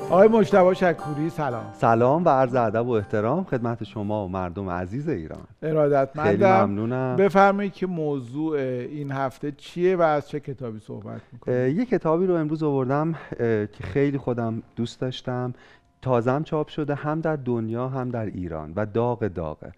آقای مجتبی شکوری سلام. سلام و عرض ادب و احترام خدمت شما و مردم عزیز ایران. ارادتمندم. خیلی ممنونم. بفرمایید که موضوع این هفته چیه و از چه کتابی صحبت میکنید؟ یه کتابی رو امروز آوردم که خیلی خودم دوست داشتم. تازم چاپ شده هم در دنیا هم در ایران و داغه.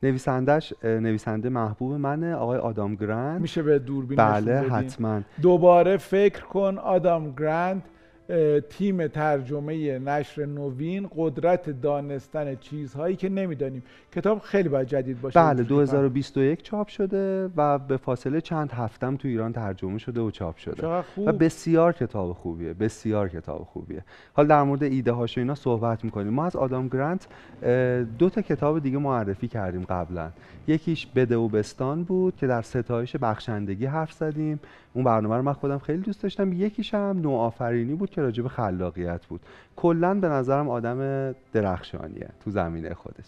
نویسنده محبوب منه، آقای آدام گرانت. میشه به دوربین بله نشون بدین؟ حتما. دوباره فکر کن آدام گرانت، تیم ترجمه نشر نوین، قدرت دانستن چیزهایی که نمیدانیم. کتاب خیلی باید جدید باشه. بله 2021 چاپ شده و به فاصله چند هفتم تو ایران ترجمه شده و چاپ شده و بسیار کتاب خوبیه. حالا در مورد ایده هاش و اینا صحبت میکنیم. ما از آدام گرانت 2 تا کتاب دیگه معرفی کردیم قبلا. یکیش بده و بستان بود که در ستایش بخشندگی حرف زدیم، اون برنامه رو من خودم خیلی دوست داشتم. یکیش هم نوآفرینی بود که راجع به خلاقیت بود. کلاً به نظرم آدم درخشانیه تو زمینه خودش.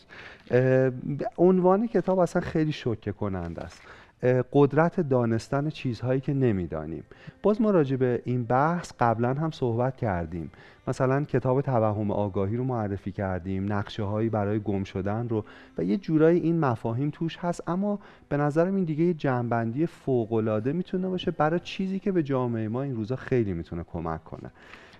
عنوان کتاب اصلا خیلی شوکه کننده است. قدرت دانستن چیزهایی که نمیدانیم. باز ما راجع به این بحث قبلا هم صحبت کردیم. مثلا کتاب توهم آگاهی رو معرفی کردیم، نقشه هایی برای گم شدن رو، و یه جورایی این مفاهیم توش هست، اما به نظرم این دیگه یه جنبندی فوق العاده میتونه باشه برای چیزی که به جامعه ما این روزا خیلی میتونه کمک کنه.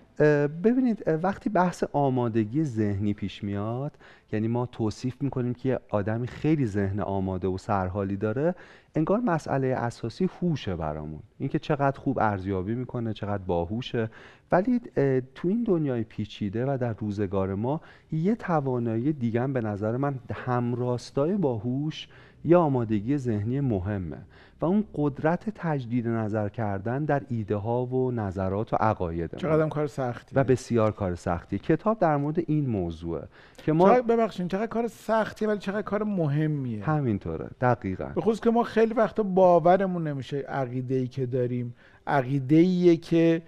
ببینید وقتی بحث آمادگی ذهنی پیش میاد، یعنی ما توصیف میکنیم که یه آدمی خیلی ذهن آماده و سرحالی داره، انگار مسئله اساسی هوشه برامون، اینکه چقدر خوب ارزیابی میکنه، چقدر باهوشه. ولی تو این دنیای پیچیده و در روزگار ما یه توانایی دیگه به نظر من همراستای با هوش یا آمادگی ذهنی مهمه و اون قدرت تجدید نظر کردن در ایده ها و نظرات و عقاید. چقدر کار سختیه و بسیار کار سختیه. کتاب در مورد این موضوعه که ما چقدر کار سختیه ولی چقدر کار مهمیه. همینطوره دقیقاً. به خصوص که ما خیلی وقتا باورمون نمیشه عقیده‌ای که داریم عقیده‌ایه که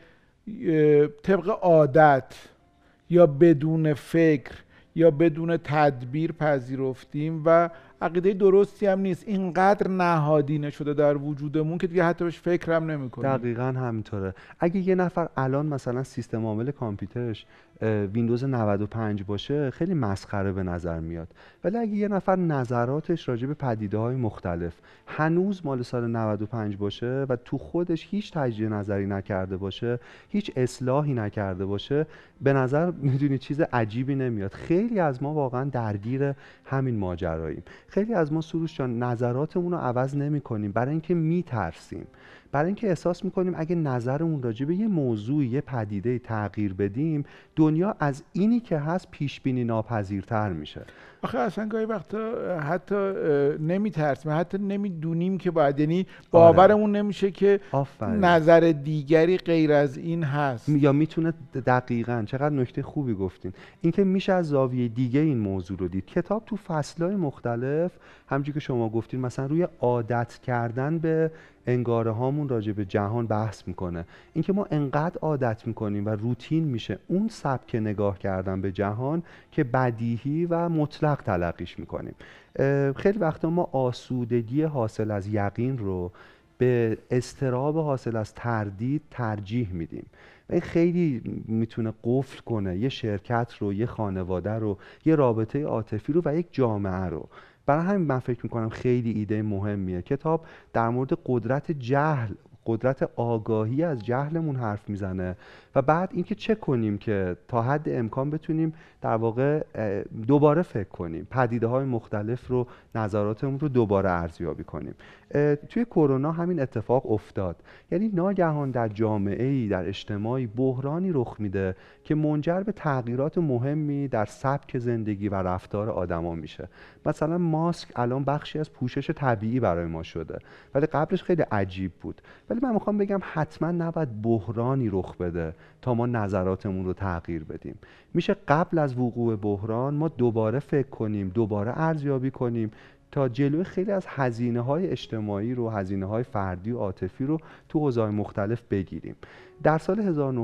طبق عادت یا بدون فکر یا بدون تدبیر پذیرفتیم و عقیده درستی هم نیست. اینقدر نهادینه شده در وجودمون که دیگه حتی بهش فکر هم نمی‌کنیم. دقیقاً همینطوره. اگه یه نفر الان مثلا سیستم عامل کامپیوترش ویندوز 95 باشه خیلی مسخره به نظر میاد، ولی اگه یه نفر نظراتش راجع به پدیده‌های مختلف هنوز مال سال 95 باشه و تو خودش هیچ تجدید نظری نکرده باشه، هیچ اصلاحی نکرده باشه، به نظر میدونی چیز عجیبی نمیاد. خیلی از ما واقعا درگیر همین ماجراییم. خیلی از ما سروش جان نظراتمون رو عوض نمی‌کنیم برای اینکه میترسیم، برای اینکه احساس می‌کنیم اگه نظرمون راجع به یه موضوع، یه پدیده تغییر بدیم، دنیا از اینی که هست پیش بینی ناپذیرتر میشه. آخه اصلا گاهی وقتا حتی نمیترسیم، حتی نمیدونیم که باید، یعنی باورمون نمیشه که نظر دیگری غیر از این هست یا میتونه. دقیقاً چقدر نکته خوبی گفتین، اینکه میشه از زاویه دیگه این موضوع رو دید. کتاب تو فصل‌های مختلف همونجوری که شما گفتین مثلا روی عادت کردن به انگاره هامون راجع به جهان بحث میکنه. اینکه ما انقدر عادت میکنیم و روتین میشه اون سبک نگاه کردن به جهان که بدیهی و مطلق تلقیش میکنیم. خیلی وقتا ما آسودگی حاصل از یقین رو به اضطراب حاصل از تردید ترجیح میدیم و این خیلی میتونه قفل کنه یه شرکت رو، یه خانواده رو، یه رابطه عاطفی رو و یک جامعه رو. برای همین من فکر میکنم خیلی ایده مهمیه. کتاب در مورد قدرت جهل، قدرت آگاهی از جهلمون حرف میزنه و بعد اینکه چه کنیم که تا حد امکان بتونیم در واقع دوباره فکر کنیم، پدیده‌های مختلف رو، نظراتمون رو دوباره ارزیابی کنیم. توی کرونا همین اتفاق افتاد، یعنی ناگهان در جامعه‌ای، در اجتماعی بحرانی رخ میده که منجر به تغییرات مهمی در سبک زندگی و رفتار آدما میشه. مثلا ماسک الان بخشی از پوشش طبیعی برای ما شده، ولی قبلش خیلی عجیب بود. ولی من میخوام بگم حتما نباید بحرانی رخ بده تا ما نظراتمون رو تغییر بدیم. میشه قبل از وقوع بحران ما دوباره فکر کنیم، دوباره ارزیابی کنیم تا جلوی خیلی از هزینه‌های اجتماعی رو، هزینه‌های فردی و عاطفی رو تو حوزه‌های مختلف بگیریم. در سال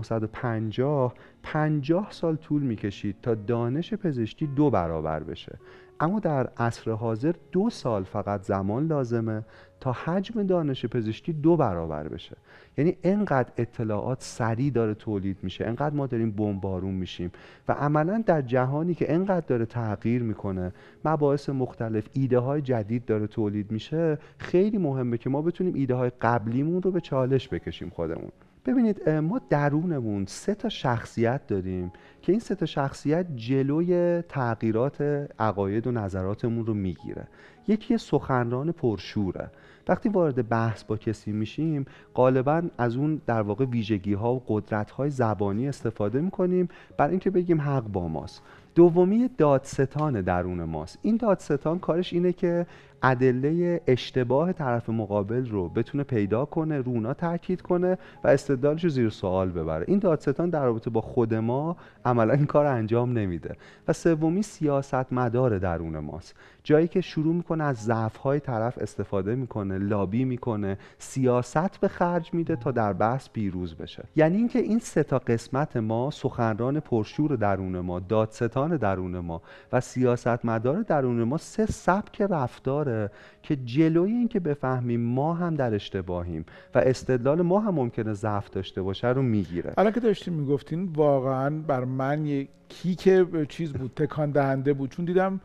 1950 50 سال طول میکشید تا دانش پزشکی 2 برابر بشه، اما در عصر حاضر 2 سال فقط زمان لازمه تا حجم دانش پزشکی 2 برابر بشه. یعنی انقدر اطلاعات سریع داره تولید میشه، انقدر ما داریم بمبارون میشیم و عملا در جهانی که انقدر داره تغییر میکنه، مباحث مختلف، ایده های جدید داره تولید میشه، خیلی مهمه که ما بتونیم ایده های قبلیمون رو به چالش بکشیم خودمون. ببینید ما درونمون 3 تا شخصیت داریم که این 3 تا شخصیت جلوی تغییرات عقاید و نظراتمون رو میگیره. یکی سخنران پرشوره. وقتی وارد بحث با کسی میشیم غالبا از اون در واقع ویژگی ها و قدرت های زبانی استفاده میکنیم برای اینکه بگیم حق با ماست. دومی دادستان درون ماست. این دادستان کارش اینه که ادله اشتباه طرف مقابل رو بتونه پیدا کنه، رو اونا تاکید کنه و استدلالش رو زیر سوال ببره. این دادستان در رابطه با خود ما عملا این کار انجام نمیده. و سومی سیاستمدار درون ماست. جایی که شروع میکنه از ضعف‌های طرف استفاده میکنه، لابی میکنه، سیاست به خرج میده تا در بحث پیروز بشه. یعنی اینکه این 3 تا قسمت ما، سخنران پرشور درون ما، دادستان درون ما و سیاستمدار درون ما، 3 سبک رفتاره که جلوی این که بفهمیم ما هم در اشتباهیم و استدلال ما هم ممکنه ضعف داشته باشه رو میگیره. الان که داشتیم میگفتین واقعا بر من یک کیک چیز بود، تکان دهنده بود، چون دیدم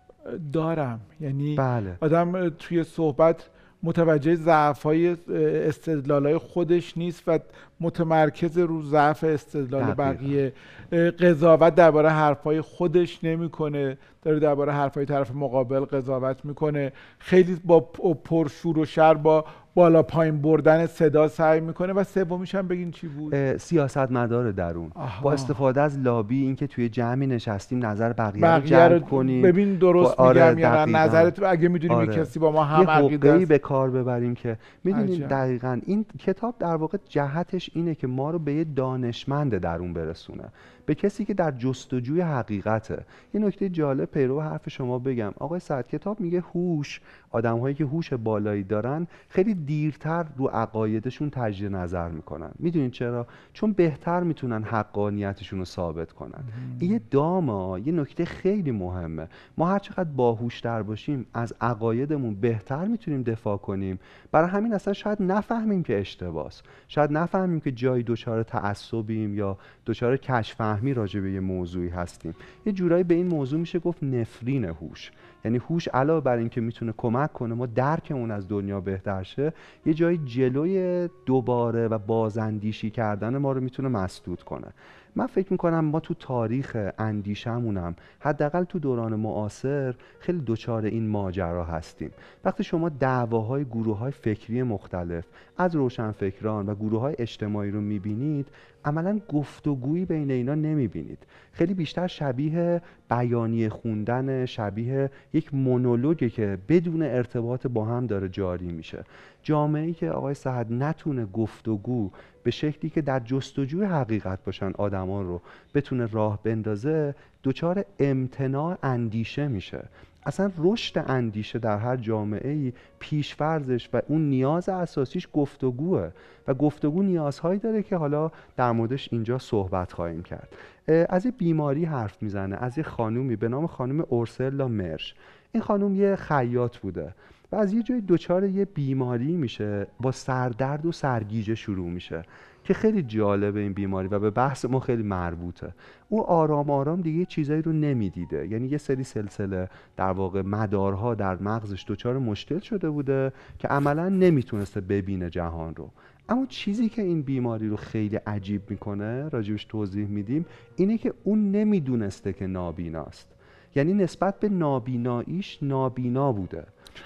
دارم، یعنی بله. آدم توی صحبت متوجه ضعف‌های استدلال‌های خودش نیست و متمرکز رو ضعف استدلال بقیه، قضاوت درباره حرف‌های خودش نمی‌کنه، داره درباره حرف‌های طرف مقابل قضاوت می‌کنه، خیلی با پرشور و شر با بالا پایین بردن صدا سعی میکنه. و سومیش هم بگین چی بود؟ سیاستمدار درون. با استفاده از لابی، اینکه توی جمعی نشستیم نظر بقیه رو جلب کنیم، ببین درست میگم یا نه، نظرت اگه میدونیم این کسی با ما هم عقیده است، یه به کار ببریم که میدونیم دقیقاً این کتاب در واقع جهتش اینه که ما رو به یه دانشمند درون برسونه، به کسی که در جستجوی حقیقته. یه نکته جالب پیرو حرف شما بگم آقای سعد، کتاب میگه هوش، آدم‌هایی که هوش بالایی دارن خیلی دیرتر رو عقایدشون تجدید نظر میکنن. میدونین چرا؟ چون بهتر میتونن حقانیتشون رو ثابت کنن. این یه دامه، یه نکته خیلی مهمه. ما هر چقدر باهوش‌تر باشیم از عقایدمون بهتر میتونیم دفاع کنیم. برای همین اصلا شاید نفهمیم که اشتباهه، شاید نفهمیم که جایی دچار تعصبیم یا دچار کشفهمی راجع به یه موضوعی هستیم. یه جورایی به این موضوع میشه گفت نفرین هوش. یعنی هوش علاوه بر اینکه میتونه کمک کنه ما درکمون از دنیا بهتر شه، یه جایی جلوی دوباره و بازاندیشی کردن ما رو میتونه مسدود کنه. من فکر میکنم ما تو تاریخ اندیشمونم حداقل تو دوران معاصر خیلی دچار این ماجرا هستیم. وقتی شما دعواهای گروه‌های فکری مختلف از روشنفکران و گروه‌های اجتماعی رو میبینید، عملاً گفتگویی بین اینا نمیبینید. خیلی بیشتر شبیه بیانیه خوندن، شبیه یک مونولوگی که بدون ارتباط با هم داره جاری میشه. جامعه‌ای که آقای سعد نتونه گفتگو به شکلی که در جستجوی حقیقت باشن آدمان رو بتونه راه بندازه، دچار امتناع اندیشه میشه. اصلا رشد اندیشه در هر جامعه‌ای پیش‌فرضش و اون نیاز اساسیش گفتگوه و گفتگو نیازهایی داره که حالا در موردش اینجا صحبت خواهیم کرد. از یه بیماری حرف میزنه، از یه خانومی به نام خانم اورسلا مرش. این خانوم یه خیاط بوده و از یه جای دچار یه بیماری میشه، با سردرد و سرگیجه شروع میشه که خیلی جالبه این بیماری و به بحث ما خیلی مربوطه. او آرام آرام دیگه چیزایی رو نمیدیده، یعنی یه سری سلسله در واقع مدارها در مغزش دچار مشکل شده بوده که عملا نمیتونسته ببینه جهان رو. اما چیزی که این بیماری رو خیلی عجیب میکنه، راجبش توضیح میدیم، اینه که اون نمیدونسته که نابیناست. یعنی نسبت به نابیناییش نابینا بوده.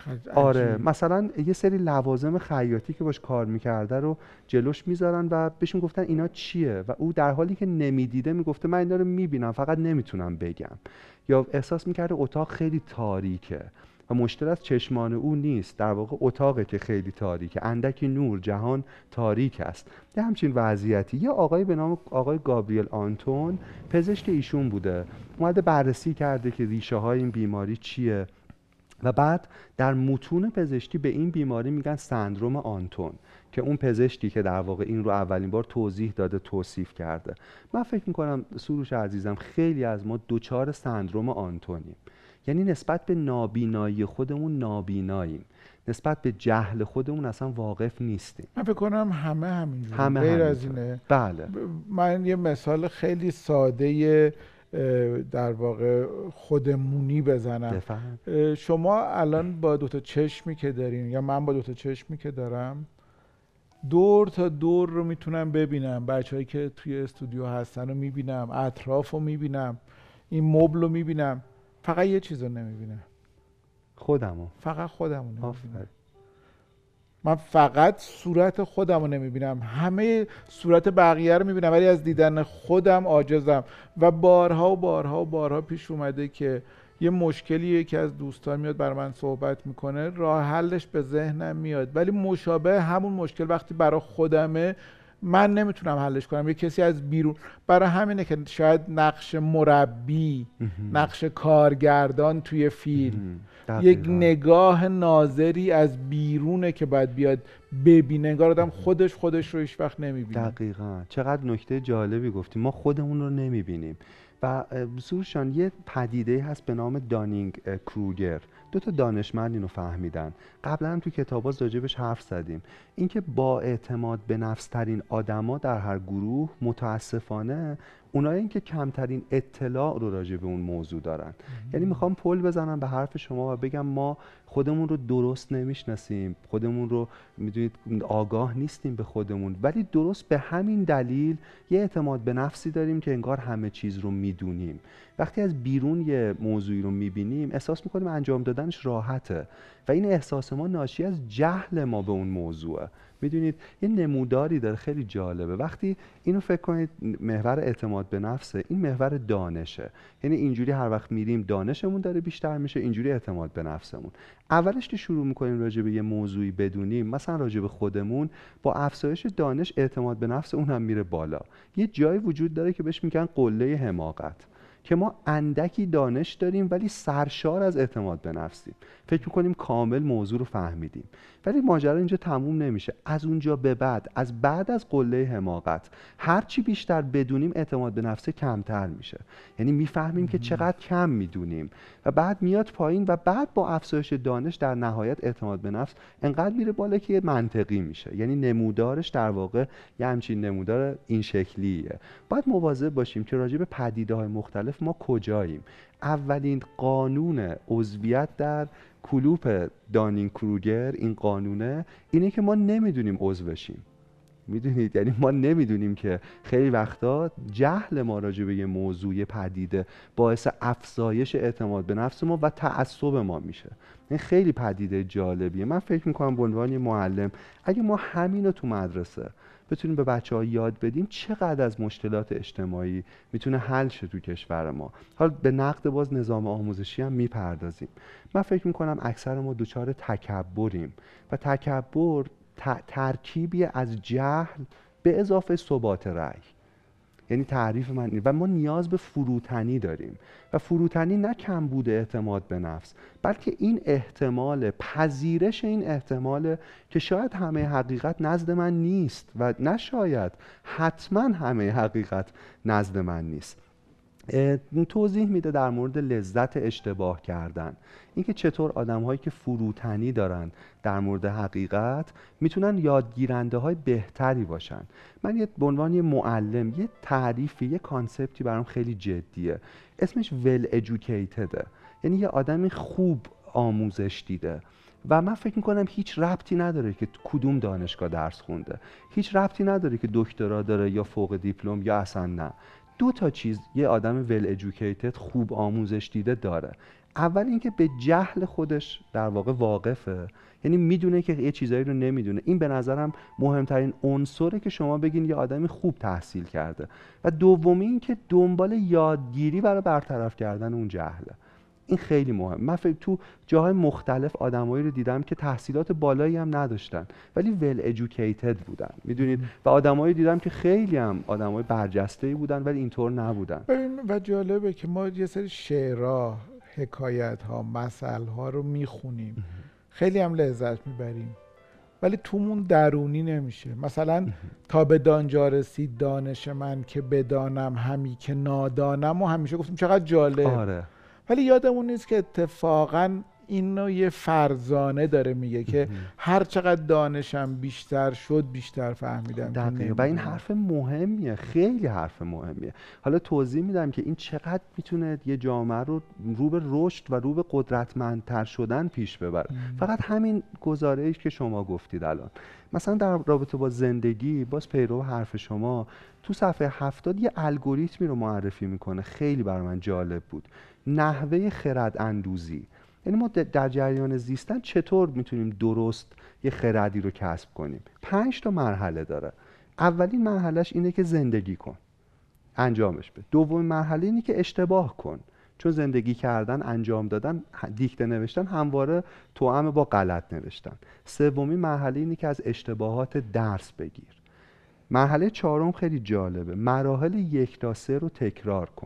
آره، مثلا یه سری لوازم خیاطی که باش کار میکرده رو جلوش میذارن و بهشون گفتن اینا چیه و او در حالی که نمیدیده میگفته من اینا رو میبینم فقط نمیتونم بگم. یا احساس میکرده اتاق خیلی تاریکه و مشکل از چشمان او نیست، در واقع اتاقه که خیلی تاریکه، اندکی نور، جهان تاریک است. یه همچین وضعیتی. یه آقای به نام آقای گابریل آنتون، پزشک ایشون بوده، اومده بررسی کرده که ریشه های این بیماری چیه و بعد در متون پزشکی به این بیماری میگن سندروم آنتون، که اون پزشکی که در واقع این رو اولین بار توضیح داده توصیف کرده. من فکر میکنم سروش عزیزم خیلی از ما دوچار سندروم آنتونیم، یعنی نسبت به نابینایی خودمون نابیناییم، نسبت به جهل خودمون اصلا واقف نیستیم. من فکر کنم همه همینجوری، همه غیر از همینطور. اینه. بله. من یه مثال خیلی ساده در واقع خودمونی بزنم. بفهم. شما الان با دوتا چشمی که دارین یا من با دوتا چشمی که دارم دور تا دور رو میتونم ببینم، بچه‌هایی که توی استودیو هستن رو میبینم، اطراف رو میبینم، این مبل رو میبینم، فقط یه چیز رو نمیبینم، خودمو. فقط خودم رو نمیبینم. آفرین. من فقط صورت خودم رو نمیبینم، همه صورت بقیه رو میبینم ولی از دیدن خودم عاجزم. و بارها و بارها و بارها پیش اومده که یه مشکلی یکی از دوستان میاد برای من صحبت میکنه، راه حلش به ذهنم میاد ولی مشابه همون مشکل وقتی برای خودمه من نمیتونم حلش کنم، یه کسی از بیرون. برای همینه که شاید نقش مربی، نقش کارگردان توی فیلم یک نگاه ناظری از بیرونه که باید بیاد ببینه، انگار آدم خودش رو هیچ وقت نمیبینه. دقیقاً. چقدر نکته جالبی گفتیم، ما خودمون رو نمیبینیم. و سروشان یه پدیده هست به نام دانینگ کروگر، دو تا دانشمند اینو فهمیدن، قبلا هم تو کتابا راجبش حرف زدیم. اینکه با اعتماد به نفس ترین آدما در هر گروه متاسفانه اونایی که کمترین اطلاع رو راجع به اون موضوع دارن. یعنی میخوام پل بزنم به حرف شما و بگم ما خودمون رو درست نمیشناسیم، خودمون رو میدونید آگاه نیستیم به خودمون، ولی درست به همین دلیل یه اعتماد به نفسی داریم که انگار همه چیز رو میدونیم. وقتی از بیرون یه موضوعی رو میبینیم احساس میکنیم انجام دادنش راحته و این احساس ما ناشی از جهل ما به اون موضوعه. میدونید یه نموداری داره خیلی جالبه، وقتی اینو فکر کنید محور اعتماد به نفسه، این محور دانشه، یعنی اینجوری هر وقت میریم دانشمون داره بیشتر میشه، اینجوری اعتماد به نفسمون. اولش که شروع میکنیم راجع به یه موضوعی بدونیم، مثلا راجع به خودمون، با افزایش دانش اعتماد به نفس اون هم میره بالا. یه جایی وجود داره که بهش میگن قله حماقت، که ما اندکی دانش داریم ولی سرشار از اعتماد به نفسیم، فکر میکنیم کامل موضوع رو فهمیدیم، ولی ماجرا اینجا تموم نمیشه. از اونجا به بعد، از بعد از قله حماقت، هرچی بیشتر بدونیم اعتماد به نفس کمتر میشه، یعنی میفهمیم که چقدر کم میدونیم و بعد میاد پایین و بعد با افزایش دانش در نهایت اعتماد به نفس انقدر میره بالا که منطقی میشه. یعنی نمودارش در واقع یه همچین نمودار این شکلیه. باید مواظب باشیم که راجع به پدیده‌های مختلف ما کجاییم. اولین قانون عضویت در کلوپ دانینگ کروگر، این قانونه اینه که ما نمیدونیم عضو بشیم. میدونید یعنی ما نمیدونیم که خیلی وقتا جهل ما راجع به یه موضوع پدیده باعث افزایش اعتماد به نفس ما و تعصب ما میشه. این خیلی پدیده جالبیه. من فکر میکنم به عنوان معلم اگه ما همین رو تو مدرسه بتونیم به بچه‌ها یاد بدیم، چقدر از مشکلات اجتماعی میتونه حل شه تو کشور ما. حالا به نقد باز نظام آموزشی هم میپردازیم. من فکر میکنم اکثر ما دچار تکبریم و تکبر ترکیبی از جهل به اضافه ثبات رأی. یعنی تعریف من اینه و ما نیاز به فروتنی داریم و فروتنی نه کمبود اعتماد به نفس، بلکه این احتمال، پذیرش این احتمال که شاید همه حقیقت نزد من نیست و نه شاید، حتما همه حقیقت نزد من نیست. توضیح میده در مورد لذت اشتباه کردن، اینکه چطور آدم‌هایی که فروتنی دارن در مورد حقیقت میتونن یادگیرنده های بهتری باشن. من به عنوان یه معلم یه تعریفی، یه کانسپتی برام خیلی جدیه، اسمش well educated، یعنی یه آدمی خوب آموزش دیده و من فکر میکنم هیچ ربطی نداره که کدوم دانشگاه درس خونده، هیچ ربطی نداره که دکترا داره یا فوق دیپلم یا اصلا نه. دو تا چیز یه آدم well educated خوب آموزش دیده داره. اول اینکه به جهل خودش در واقع واقفه، یعنی میدونه که یه چیزایی رو نمیدونه. این به نظرم مهمترین عنصره که شما بگین یه آدمی خوب تحصیل کرده. و دومی این که دنبال یادگیری برای برطرف کردن اون جهله. این خیلی مهم. من فکر تو جاهای مختلف آدمایی رو دیدم که تحصیلات بالایی هم نداشتن ولی well educated بودن، میدونید، و آدمایی دیدم که خیلی هم آدمای برجسته‌ای بودن ولی اینطور نبودن. و جالبه که ما یه سری شعرها، حکایت ها، مثل ها رو میخونیم، خیلی هم لذت میبریم، ولی تومون درونی نمیشه. مثلا تا به دانجا رسید دانش من که بدانم همی که نادانم و همیشه گفتیم چقدر جالب. آره. ولی یادمون نیست که اتفاقا اینو یه فرزانه داره میگه که هر چقدر دانشم بیشتر شد بیشتر فهمیدم. دقیقا. و این حرف مهمیه، خیلی حرف مهمیه. حالا توضیح میدم که این چقدر میتونه یه جامعه رو به رشد و رو به قدرتمندتر شدن پیش ببره. فقط همین گزاره‌ای که شما گفتید الان، مثلا در رابطه با زندگی، باز پیرو حرف شما، تو صفحه 70 یه الگوریتمی رو معرفی میکنه، خیلی برای من جالب بود. نحوه خرد اندوزی. یعنی ما در جریان زیستن چطور میتونیم درست یه خردی رو کسب کنیم. 5 تا مرحله داره. اولین مرحلهش اینه که زندگی کن، انجامش بده. دومین مرحله اینه که اشتباه کن، چون زندگی کردن، انجام دادن، دیکته نوشتن همواره توأم با غلط نوشتن. سومین مرحله اینه که از اشتباهات درس بگیر. مرحله چهارم خیلی جالبه، مراحل 1 تا 3 رو تکرار کن.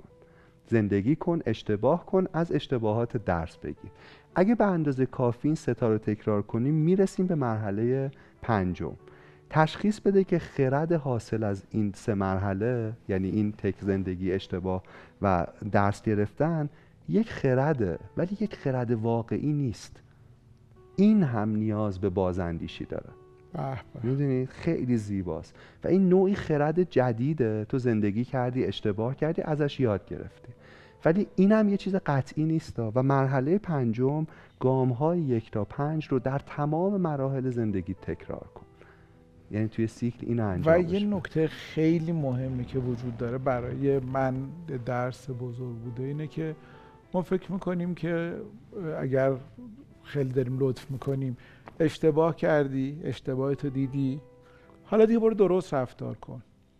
زندگی کن، اشتباه کن، از اشتباهات درس بگیر. اگه به اندازه کافی این 3 تا رو تکرار کنیم میرسیم به مرحله 5. تشخیص بده که خرد حاصل از این 3 مرحله، یعنی این زندگی، اشتباه و درس گرفتن، یک خرده، ولی یک خرد واقعی نیست. این هم نیاز به بازاندیشی داره. میدونی خیلی زیباست. و این نوعی خرد جدیده، تو زندگی کردی، اشتباه کردی، ازش یاد گرفتی، ولی اینم یه چیز قطعی نیست. و مرحله 5 گام‌های 1 تا 5 رو در تمام مراحل زندگی تکرار کن، یعنی توی سیکل این انجام. و یه نکته خیلی مهمی که وجود داره برای من درس بزرگ بوده اینه که ما فکر میکنیم که اگر خیلی داریم لطف میکنیم، اشتباه کردی، اشتباهتو دیدی، حالا دیگه برو درست رفتار کن.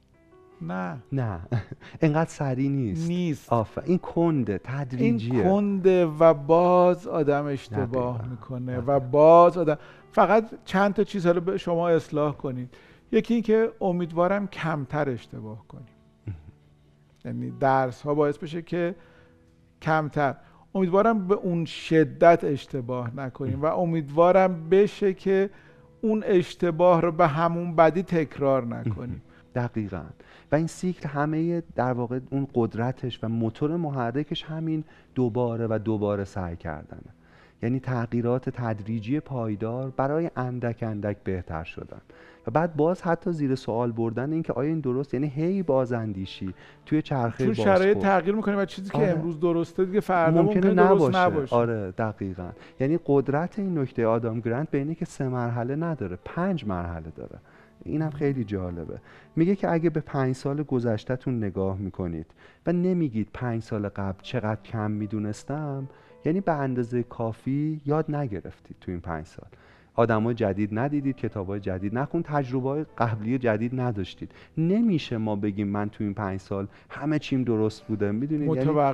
نه اینقدر سریع نیست. این کنده، تدریجیه. این کنده و باز آدم اشتباه میکنه و باز آدم فقط چند تا چیز حالا به شما اصلاح کنید. یکی این که امیدوارم کمتر اشتباه کنیم، یعنی درس ها باعث بشه که کمتر، امیدوارم به اون شدت اشتباه نکنیم و امیدوارم بشه که اون اشتباه رو به همون بدی تکرار نکنیم. دقیقاً. و این سیکل همه در واقع اون قدرتش و موتور محرکش همین دوباره و دوباره سعی کردنه، یعنی تغییرات تدریجی پایدار برای اندک اندک بهتر شدن و بعد باز حتی زیر سوال بردن این که آیا این درست، یعنی هی بازاندیشی توی چرخه بازخورد، چون شرایط تغییر میکنه و چیزی که امروز درسته دیگه فردا ممکنه درست نباشه. آره دقیقاً. یعنی قدرت این نکته آدام گرانت به اینه که 3 مرحله نداره، 5 مرحله داره. اینم خیلی جالبه. میگه که اگه به 5 سال گذشته‌تون نگاه میکنید و نمیگید 5 سال قبل چقدر کم میدونستم، یعنی به اندازه کافی یاد نگرفتید تو این 5 سال. آدمای جدید ندیدید، کتابای جدید نخون، تجربه‌های قبلی جدید نداشتید. نمیشه ما بگیم من تو این 5 سال همه چیم درست بوده. میدونید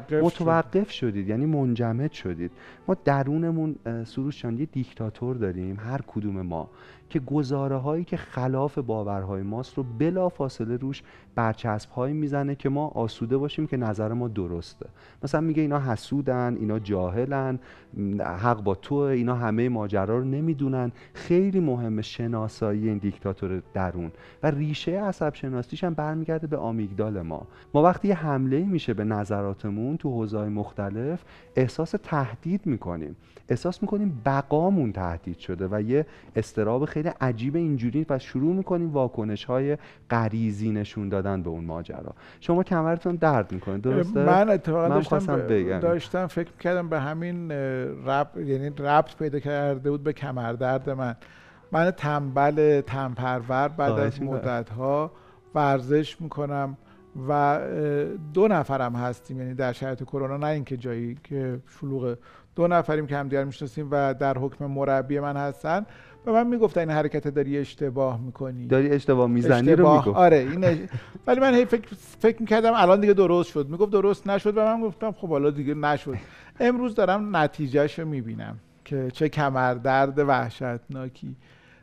متوقف شدید، یعنی منجمد شدید. ما درونمون سروش جان یه دیکتاتور داریم، هر کدوم ما، که گزاره هایی که خلاف باورهای ماست رو بلا فاصله روش برچسب هایی میزنه که ما آسوده باشیم که نظر ما درسته. مثلا میگه اینا حسودن، اینا جاهلن، حق با توه، اینا همه ماجرا رو نمیدونن. خیلی مهمه شناسایی این دیکتاتور درون و ریشه عصب شناسیش هم برمیگرده به آمیگدال ما. ما وقتی یه حمله میشه به نظراتمون تو حوزه‌های مختلف، احساس تهدید میکنیم، احساس میکنیم بقامون تهدید شده و یه اضطراب خیلی عجیب اینجوری و شروع میکنیم واکنش‌های غریزی نشون دادن به اون ماجرا. شما کمرتون درد میکنه، درسته؟ من اتفاقا داشتم فکر میکردم به همین یعنی ربط پیدا کرده بود به کمردرد من تنبل تنپرور بعد از مدت‌ها ورزش میکنم و 2 نفرم هستیم، یعنی در شرایط کرونا، نه اینکه جایی که شلوغه، 2 نفریم که همدیگر میشناسیم و در حکم مربی من هستن. به من میگفتن این حرکت داری اشتباه میکنی، داری اشتباه میزنی رو میگفت. آره این ولی من هی فکر میکردم الان دیگه درست شد، میگفت درست نشد و من گفتم خب حالا دیگه نشد. امروز دارم نتیجهش رو میبینم که چه کمردرد وحشتناکی.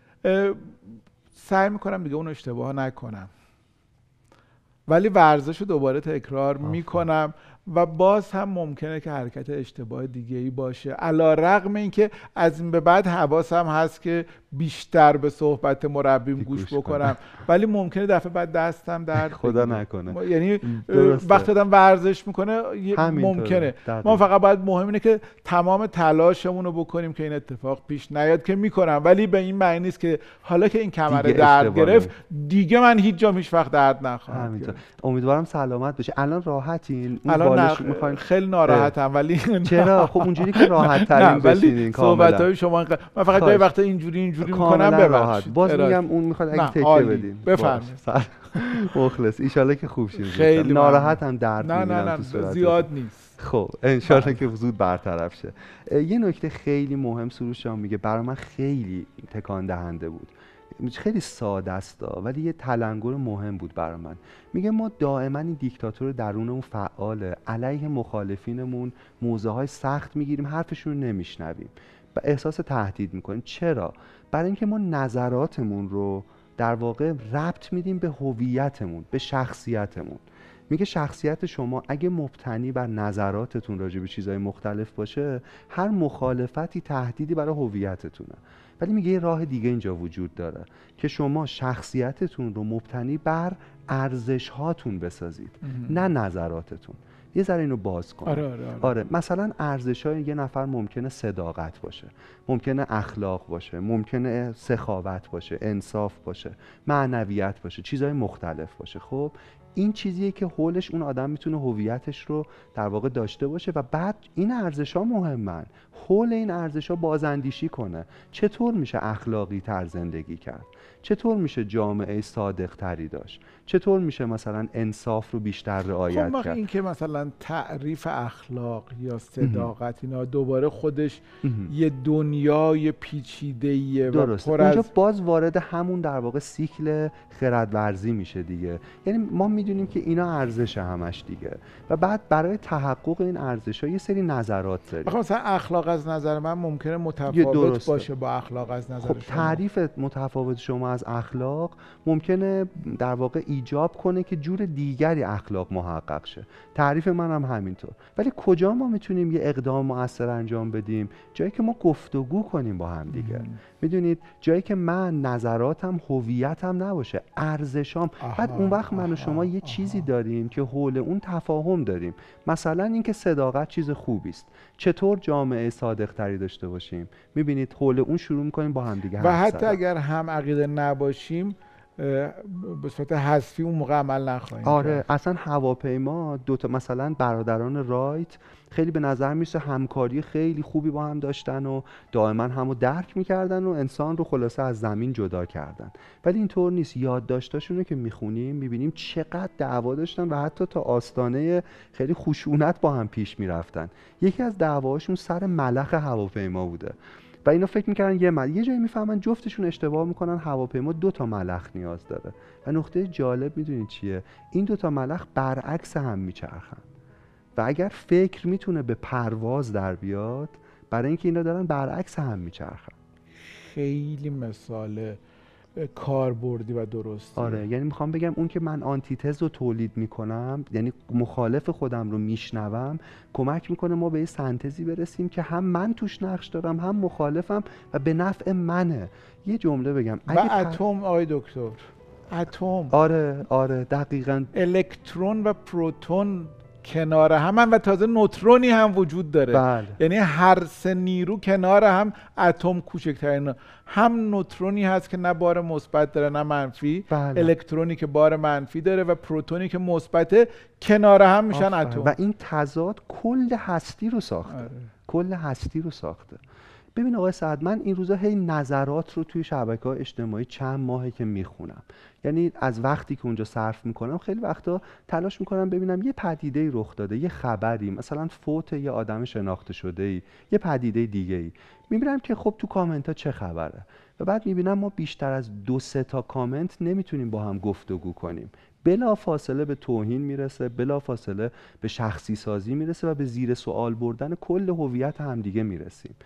سعی میکنم دیگه اون اشتباه نکنم، ولی ورزش رو دوباره تکرار میکنم و باز هم ممکنه که حرکت اشتباه دیگه‌ای باشه، علی رغم اینکه از این به بعد حواسم هست که بیشتر به صحبت مربیم گوش بکنم، ولی ممکنه دفعه بعد دستم درد خدا نکنه. یعنی وقتی آدم ورزش میکنه ممکنه، ما فقط باید مهم اینه که تمام تلاشمون رو بکنیم که این اتفاق پیش نیاد، که میکنم، ولی به این معنی نیست که حالا که این کمر درد گرفت دیگه من هیچ جا هیچ وقت درد نخواهم گرفت. امیدوارم سلامت بشه. الان راحتین؟ الان خیلی ناراحتم. ولی چرا؟ خب اونجوری که راحت ترین بشینین کاملا. صحبت‌های شما من فقط جای وقت اینجوری میکنم، ببخشید. باز میگم اون میخواد اگه تکیه بدین. بفرمایید. مخلص. ان شاءالله که خوب شین. خیلی ناراحت هم درد نه تو صورتت. زیاد نیست. خب ان شاءالله که زود برطرف شه. یه نکته خیلی مهم سروش جان میگه، برای من خیلی تکان دهنده بود. خیلی ساده است ولی یه تلنگر مهم بود برای من. میگه ما دائما این دیکتاتور درونمون فعاله، علیه مخالفینمون موضوعهای سخت میگیریم، حرفشون رو نمیشنویم و احساس تهدید میکنیم. چرا؟ برای اینکه ما نظراتمون رو در واقع ربط میدیم به هویتمون، به شخصیتمون. میگه شخصیت شما اگه مبتنی بر نظراتتون راجع به چیزهای مختلف باشه، هر مخالفتی تهدیدی برای هویتتونه. ولی میگه یه راه دیگه اینجا وجود داره که شما شخصیتتون رو مبتنی بر ارزش هاتون بسازید، نه نظراتتون. یه ذره اینو باز کن. آره. مثلا ارزش‌های یه نفر ممکنه صداقت باشه، ممکنه اخلاق باشه، ممکنه سخاوت باشه، انصاف باشه، معنویت باشه، چیزهای مختلف باشه. خب این چیزیه که حولش اون آدم میتونه هویتش رو در واقع داشته باشه و بعد این ارزش‌ها مهمن. حول این ارزش‌ها بازاندیشی کنه. چطور میشه اخلاقی تر زندگی کرد؟ چطور میشه جامعه صادق تری داشت؟ چطور میشه مثلا انصاف رو بیشتر رعایت کرد؟ این که مثلا تعریف اخلاق یا صداقت اینا دوباره خودش یه دنیای پیچیده‌ایه و پر از اونجا باز وارد همون در واقع سیکل خردورزی میشه دیگه. یعنی ما میدونیم که اینا ارزش همش دیگه و بعد برای تحقق این ارزش‌ها یه سری نظرات داریم. مثلا اخلاق از نظر من ممکنه متفاوت باشه با اخلاق از نظر خب شما. تعریف متفاوت شما از اخلاق ممکنه در واقع ایجاب کنه که جور دیگری اخلاق محقق شه. تعریف من هم همینطور. ولی کجا ما میتونیم یه اقدام مؤثر انجام بدیم؟ جایی که ما گفتگو کنیم با هم دیگه. میدونید جایی که من نظراتم هویتم نباشه، ارزشام. بعد اون وقت من و شما یه چیزی داریم که حول اون تفاهم داریم. مثلا اینکه صداقت چیز خوبی است. چطور جامعه صادق تری داشته باشیم؟ میبینید حول اون شروع میکنیم با هم دیگه. و حتی اگر هم عقیده نباشیم به صورت حذفی اون موقع عمل نخواهیم. آره اصلا هواپیما دوتا مثلا برادران رایت خیلی به نظر میسه همکاری خیلی خوبی با هم داشتن و دائما همو درک میکردن و انسان رو خلاصه از زمین جدا کردن، ولی اینطور نیست. یادداشتاشونو که میخونیم میبینیم چقدر دعوا داشتن و حتی تا آستانه خیلی خشونت با هم پیش میرفتن. یکی از دعواهاشون سر ملخ هواپیما بوده و اینا فکر میکردن یه جایی میفهمن جفتشون اشتباه میکنن، هواپیما 2 ملخ نیاز داره. و نقطه جالب میدونید چیه؟ این 2 ملخ برعکس هم میچرخن و اگر فکر میتونه به پرواز در بیاد، برای اینکه اینا دارن برعکس هم میچرخن. خیلی مثال کاربردی و درستی. آره یعنی میخوام بگم اون که من آنتیتز رو تولید میکنم، یعنی مخالف خودم رو میشنوم، کمک میکنه ما به یه سنتزی برسیم که هم من توش نقش دارم هم مخالفم و به نفع منه. یه جمله بگم و اتم آقای دکتر، اتم، آره دقیقاً، الکترون و پروتون کنار هم و تازه نوترونی هم وجود داره. بله. یعنی هر سه نیرو کنار هم، اتم کوچکترین، هم نوترونی هست که نه بار مثبت داره نه منفی، بله. الکترونی که بار منفی داره و پروتونی که مثبته، کنار هم میشن اتم. و این تضاد کل هستی رو ساخته. کل هستی رو ساخته. ببین آقای سعد، من این روزا هی نظرات رو توی شبکه‌های اجتماعی چند ماهه که میخونم، یعنی از وقتی که اونجا صرف میکنم خیلی وقتا تلاش میکنم ببینم یه پدیده‌ای رخ داده، یه خبری، مثلا فوت یه آدم شناخته شده‌ای، یه پدیده دیگه‌ای، میبینم که خب تو کامنت ها چه خبره و بعد میبینم ما بیشتر از 2-3 تا کامنت نمیتونیم با هم گفتگو کنیم. بلا فاصله به توهین میرسه، بلا فاصله به شخصی سازی میرسه و به زیر سوال بردن کل هویت همدیگه میرسیم.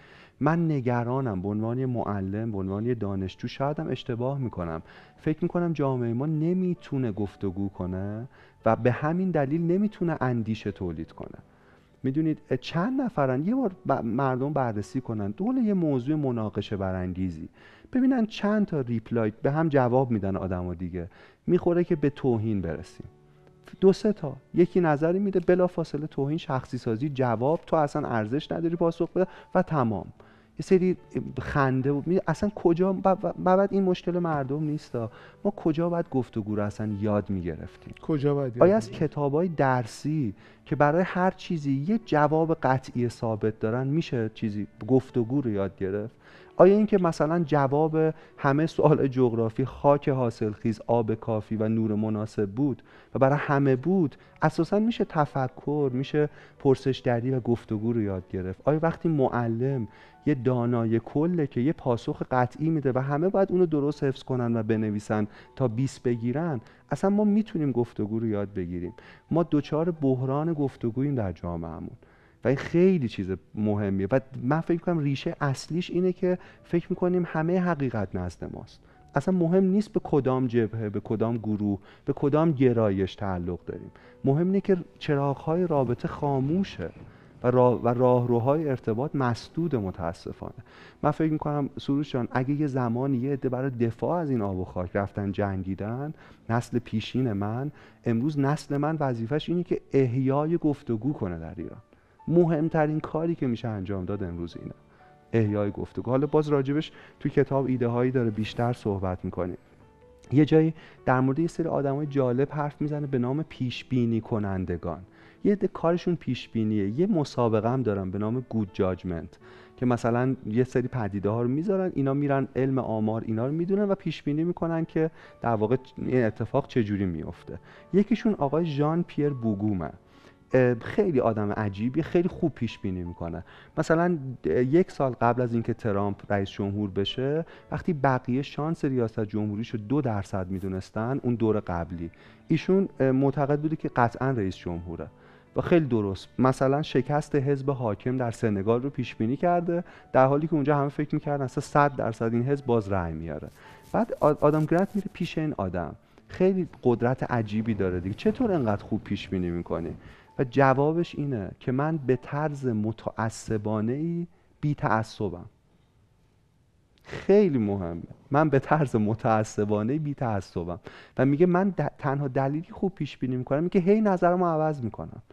من نگرانم به عنوان یه معلم، به عنوان یه دانشجو، شایدم اشتباه میکنم، فکر میکنم جامعه ما نمیتونه گفتگو کنه و به همین دلیل نمیتونه اندیشه تولید کنه. میدونید چند نفرن یه بار مردم بررسی کنن دول یه موضوع مناقشه برانگیزی، ببینن چند تا ریپلای به هم جواب میدن آدما دیگه، میخوره که به توهین برسیم. دو سه تا یکی نظری میده بلافاصله توهین، شخصی سازی، جواب، تو اصلا ارزش نداری پاسخ بده و تمام. یه سری خنده و اصلا کجا بعد این مشکل مردم نیستا، ما کجا باید گفتگو رو اصلا یاد میگرفتیم؟ کجا باید یاد آیا از بگیریم؟ کتابای درسی که برای هر چیزی یه جواب قطعی ثابت دارن میشه چیزی گفتگو رو یاد گرفت؟ آیا اینکه مثلا جواب همه سوال جغرافی خاک حاصلخیز، آب کافی و نور مناسب بود و برای همه بود، اساسا میشه تفکر، میشه پرسشگری و گفتگو رو یاد گرفت؟ آیا وقتی معلم یه دانای کله که یه پاسخ قطعی میده و همه باید اونو درست حفظ کنن و بنویسن تا 20 بگیرن، اصلا ما میتونیم گفتگو رو یاد بگیریم؟ ما دوچار بحران گفتگوییم در جامعهمون و این خیلی چیز مهمیه و من فکر می‌کنم ریشه اصلیش اینه که فکر می‌کنیم همه حقیقت نزد ماست. اصلا مهم نیست به کدام جبهه، به کدام گروه، به کدام گرایش تعلق داریم. مهم اینه که چراغ‌های رابطه خاموشه و راهروهای ارتباط مسدود. متاسفانه من فکر میکنم سروش جان اگه یه زمانی یه عده برای دفاع از این آب و خاک رفتن جنگیدن، نسل پیشین من، امروز نسل من وظیفش اینه که احیای گفتگو کنه در ایران. مهمترین کاری که میشه انجام داد امروز اینه، احیای گفتگو. حالا باز راجبش توی کتاب ایده هایی داره، بیشتر صحبت میکنیم. یه جایی در مورد یه سری آدمای جالب حرف میزنه به نام پیش بینی کنندگان. یه عده کارشون پیش بینیه. یه مسابقه هم دارن به نام گود جاجمنت که مثلا یه سری پدیده ها رو میذارن، اینا میرن علم آمار اینا رو میدونن و پیش بینی میکنن که در واقع این اتفاق چجوری میفته. یکیشون آقای ژان پیر بوگومه، خیلی آدم عجیبی، خیلی خوب پیش بینی میکنه. مثلا 1 سال قبل از اینکه ترامپ رئیس جمهور بشه، وقتی بقیه شانس ریاست جمهوریشو 2% میدونستن اون دور قبلی، ایشون معتقد بوده که قطعا رئیس جمهوره و خیلی درست مثلا شکست حزب حاکم در سنگال رو پیش بینی کرده، در حالی که اونجا همه فکر میکردن اصلا 100% این حزب باز رأی میاره. بعد آدم گرانت میره پیش این آدم، خیلی قدرت عجیبی داره دیگه، چطور انقدر خوب پیش بینی میکنی؟ و جوابش اینه که من به طرز متعصبانه‌ای بی تعصبم. خیلی مهمه، من به طرز متعصبانه‌ای بی تعصبم و میگه من تنها دلیلی خوب پیش بینی میکنم اینه که هی نظرمو عوض میکنم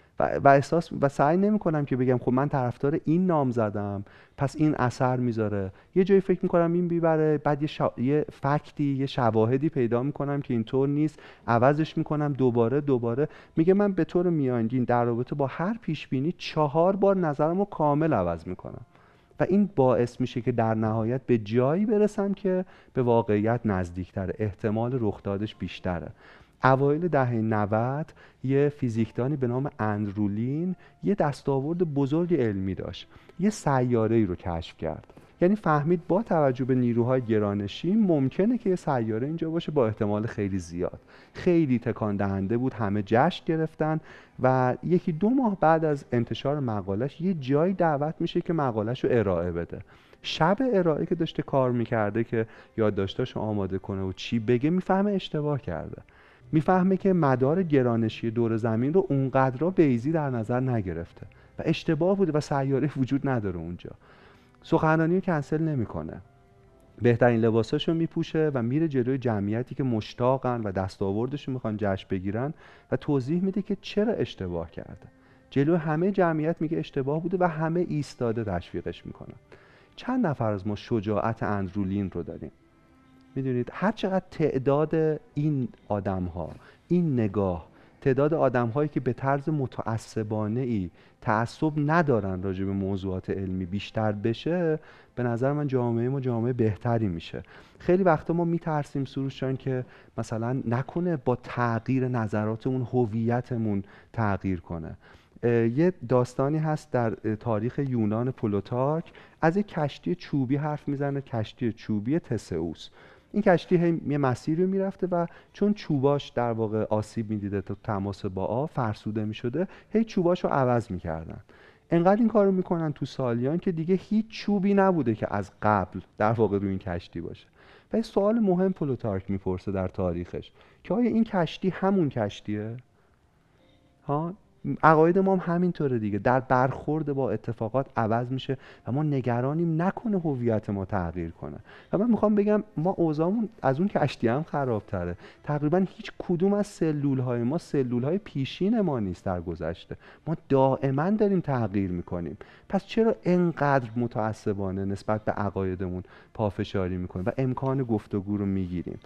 و احساس و سعی نمیکنم که بگم خب من طرفدار این نام زدم پس این اثر میذاره، یه جایی فکر میکنم این بیبره، بعد یه فکتی، یه شواهدی پیدا میکنم که اینطور نیست، عوضش میکنم دوباره. میگه من به طور میانگین در رابطه با هر پیش بینی 4 بار نظرمو کامل عوض میکنم و این باعث میشه که در نهایت به جایی برسم که به واقعیت نزدیکتره، احتمال رخ دادش بیشتره. اوایل دهه 90 یه فیزیکدانی به نام اندرو لین یه دستاورد بزرگ علمی داشت، یه سیاره‌ای رو کشف کرد. یعنی فهمید با توجه به نیروهای گرانشی ممکنه که یه سیاره اینجا باشه، با احتمال خیلی زیاد. خیلی تکان دهنده بود، همه جشن گرفتن و 1-2 ماه بعد از انتشار مقالش یه جایی دعوت میشه که مقالش رو ارائه بده. شب ارائه که داشته کار میکرده که یادداشتاشو آماده کنه و چی بگه، میفهمه اشتباه کرده. میفهمه که مدار گرانشی دور زمین رو اونقدر بیضی در نظر نگرفته و اشتباه بوده و سیاره وجود نداره اونجا. سخنرانی رو کنسل نمیکنه، بهترین لباساشو میپوشه و میره جلوی جمعیتی که مشتاقن و دستاوردشو میخوان جشن بگیرن و توضیح میده که چرا اشتباه کرده. جلوی همه جمعیت میگه اشتباه بوده و همه ایستاده تشویقش میکنن. چند نفر از ما شجاعت اندرو لین رو داریم؟ میدونید هر چقدر تعداد این آدم ها، این نگاه، تعداد آدم هایی که به طرز متعصبانه ای تعصب ندارن راجع به موضوعات علمی بیشتر بشه، به نظر من جامعه ما جامعه بهتری میشه. خیلی وقتا ما میترسیم سروش جان که مثلا نکنه با تغییر نظراتمون هویتمون تغییر کنه. یه داستانی هست در تاریخ یونان پلوتارک، از یک کشتی چوبی حرف میزنه، کشتی چوبی تسئوس. این کشتی یه مسیری رو میرفته و چون چوباش در واقع آسیب میدیده تا تماس با آب فرسوده میشده، هی چوباش رو عوض میکردن. انقدر این کارو میکنن تو سالیان که دیگه هیچ چوبی نبوده که از قبل در واقع روی این کشتی باشه. و یه سوال مهم پلوتارک میپرسه در تاریخش که آیا این کشتی همون کشتیه؟ ها، عقاید ما هم همینطوره دیگه، در برخورد با اتفاقات عوض میشه و ما نگرانیم نکنه هویت ما تغییر کنه. و من میخوام بگم ما اوضاعمون از اون کشتی هم خرابتره. تقریبا هیچ کدوم از سلولهای ما سلولهای پیشین ما نیست در گذشته. ما دائما داریم تغییر میکنیم. پس چرا اینقدر متعصبانه نسبت به عقایدمون پافشاری میکنیم و امکان گفتگو رو میگیریم؟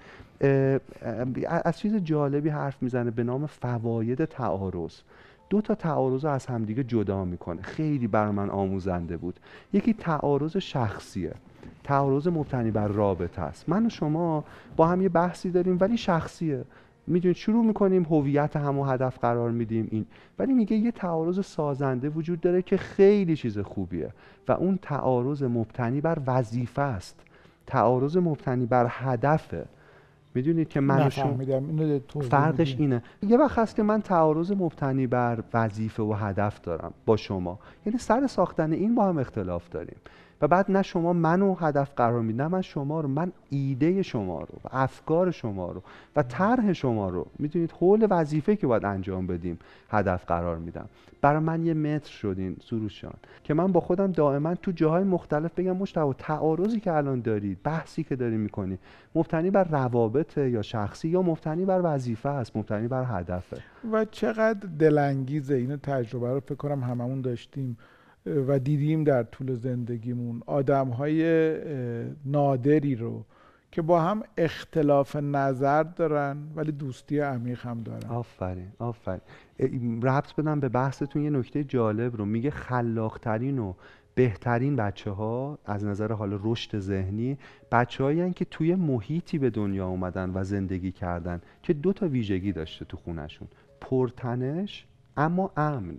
از چیز جالبی حرف میزنه به نام فواید تعارض. دو تا تعارض از همدیگه جدا میکنه، خیلی بر من آموزنده بود. یکی تعارض شخصیه، تعارض مبتنی بر رابطه است. من و شما با هم یه بحثی داریم ولی شخصیه، میدونید شروع میکنیم هویت هم و هدف قرار میدیم این، ولی میگه یه تعارض سازنده وجود داره که خیلی چیز خوبیه و اون تعارض مبتنی بر وظیفه است، تعارض مبتنی بر هدفه. میدونید که من و شما فرقش اینه. یه وقت هست که من تعارض مبتنی بر وظیفه و هدف دارم با شما، یعنی سر ساختن این با هم اختلاف داریم و بعد نه شما منو هدف قرار میدید نه من شما رو، من ایده شما رو و افکار شما رو و طرح شما رو، میدونید حول وظیفه که باید انجام بدیم هدف قرار میدم. برای من یه متر شدین سروش جان که من با خودم دائما تو جاهای مختلف بگم مجتبی تعارضی که الان دارید، بحثی که داری میکنی مبتنی بر روابط یا شخصی یا مبتنی بر وظیفه است، مبتنی بر هدفه. و چقدر دلانگیزه. اینو تجربه رو فکر کنم هممون داشتیم و دیدیم در طول زندگیمون، آدم‌های نادری رو که با هم اختلاف نظر دارن ولی دوستی عمیق هم دارن. آفرین آفرین. ربط بدم به بحثتون یه نکته جالب رو، میگه خلاق‌ترین و بهترین بچه‌ها از نظر حال رشد ذهنی بچه‌هایی هستند که توی محیطی به دنیا اومدن و زندگی کردن که دو تا ویژگی داشته تو خونشون: پرتنش اما امن.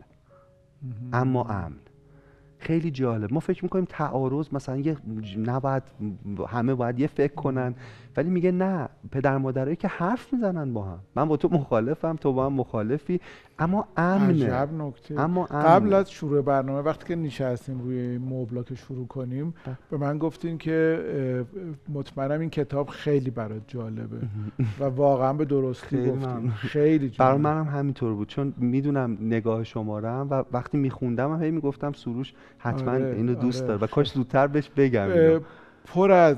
اما امن. خیلی جالب. ما فکر میکنیم تعارض مثلا یه نباید همه باید یه فکر کنن، ولی میگه نه، پدر مادرایی که حرف میزنن با هم، من با تو مخالفم تو با هم مخالفی، اما امنه. عجب نکته. اما امنه. قبل از شروع برنامه وقتی که نشستیم روی مبلا که شروع کنیم به من گفتین که مطمئنم این کتاب خیلی برات جالبه و واقعا به درستی گفتین. خیلی جالب. برای منم همینطور بود چون میدونم نگاه شمارم و وقتی میخوندم هی میگفتم سروش حتما اینو دوست داره و کاش زودتر بهش بگم. پر از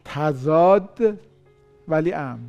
تضاد ولی امن.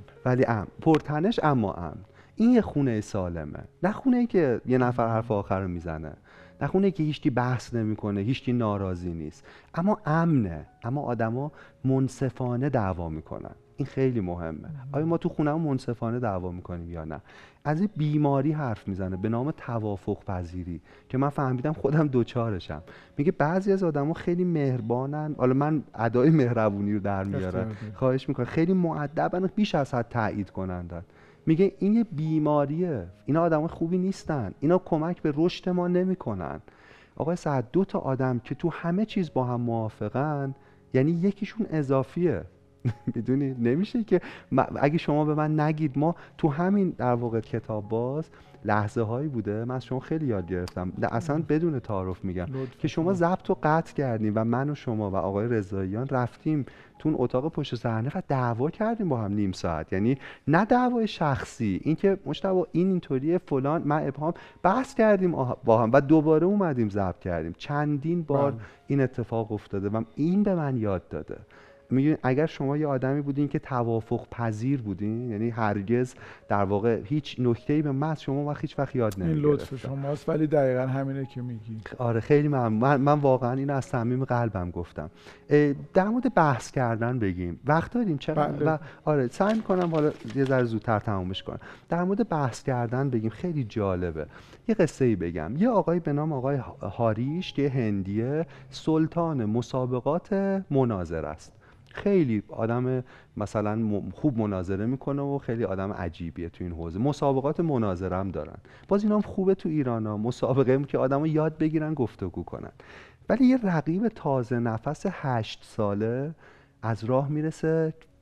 پرتنش اما امن. این یه خونه سالمه، نه خونه ای که یه نفر حرف آخر رو میزنه، نه خونه ای که هیچکی بحث نمیکنه، هیچکی ناراضی نیست، اما امنه، اما آدما منصفانه دعوا میکنن. این خیلی مهمه. آیا ما تو خونه‌مون منصفانه دعوا میکنیم یا نه؟ از این بیماری حرف میزنه به نام توافق پذیری که من فهمیدم خودم دوچارشم. میگه بعضی از آدما خیلی مهربانن، حالا من ادای مهربونی رو در میارم، خواهش میکنم، خیلی مؤدبن، بیش از حد تایید کنندن. میگه این یه بیماریه، اینا آدمای خوبی نیستن، اینا کمک به رشد ما نمیکنن. آقای سعد، دو تا آدم که تو همه چیز با هم موافقن یعنی یکیشون اضافیه. میدونی نمیشه که اگه شما به من نگید، ما تو همین در واقع کتاب باز لحظه هایی بوده من از شما خیلی یاد گرفتم، اصلا بدون تعارف میگم، که شما ضبط رو قطع کردیم و من و شما و آقای رضاییان رفتیم تو اون اتاق پشت صحنه و دعوا کردیم با هم نیم ساعت. یعنی نه دعوای شخصی، این که مجتبی اینطوریه فلان، من ابهام، بحث کردیم با هم و دوباره اومدیم ضبط کردیم. چندین بار این اتفاق افتاده و این به من یاد داده. میگین اگر شما یه آدمی بودین که توافق پذیر بودین، یعنی هرگز در واقع هیچ نکته‌ای به من شما هیچ وقت یاد نمیگرفتم. این لطف شماست، ولی دقیقاً همینه که میگی. آره خیلی من واقعا اینو از صمیم قلبم گفتم. در مورد بحث کردن بگیم، وقت داریم چقدر؟ و آره سعی می‌کنم حالا یه ذره زودتر تمومش کنم. در مورد بحث کردن بگیم، خیلی جالبه. یه قصه‌ای بگم. یه آقای به نام آقای هاریش که هندیه، سلطان مسابقات مناظره است. خیلی آدم مثلا خوب مناظره میکنه و خیلی آدم عجیبیه تو این حوزه. مسابقات مناظره هم دارن. باز اینا هم خوبه تو ایران ها، مسابقه هم که آدما یاد بگیرن گفتگو کنن. ولی یه رقیب تازه نفس 8 ساله از راه میرسه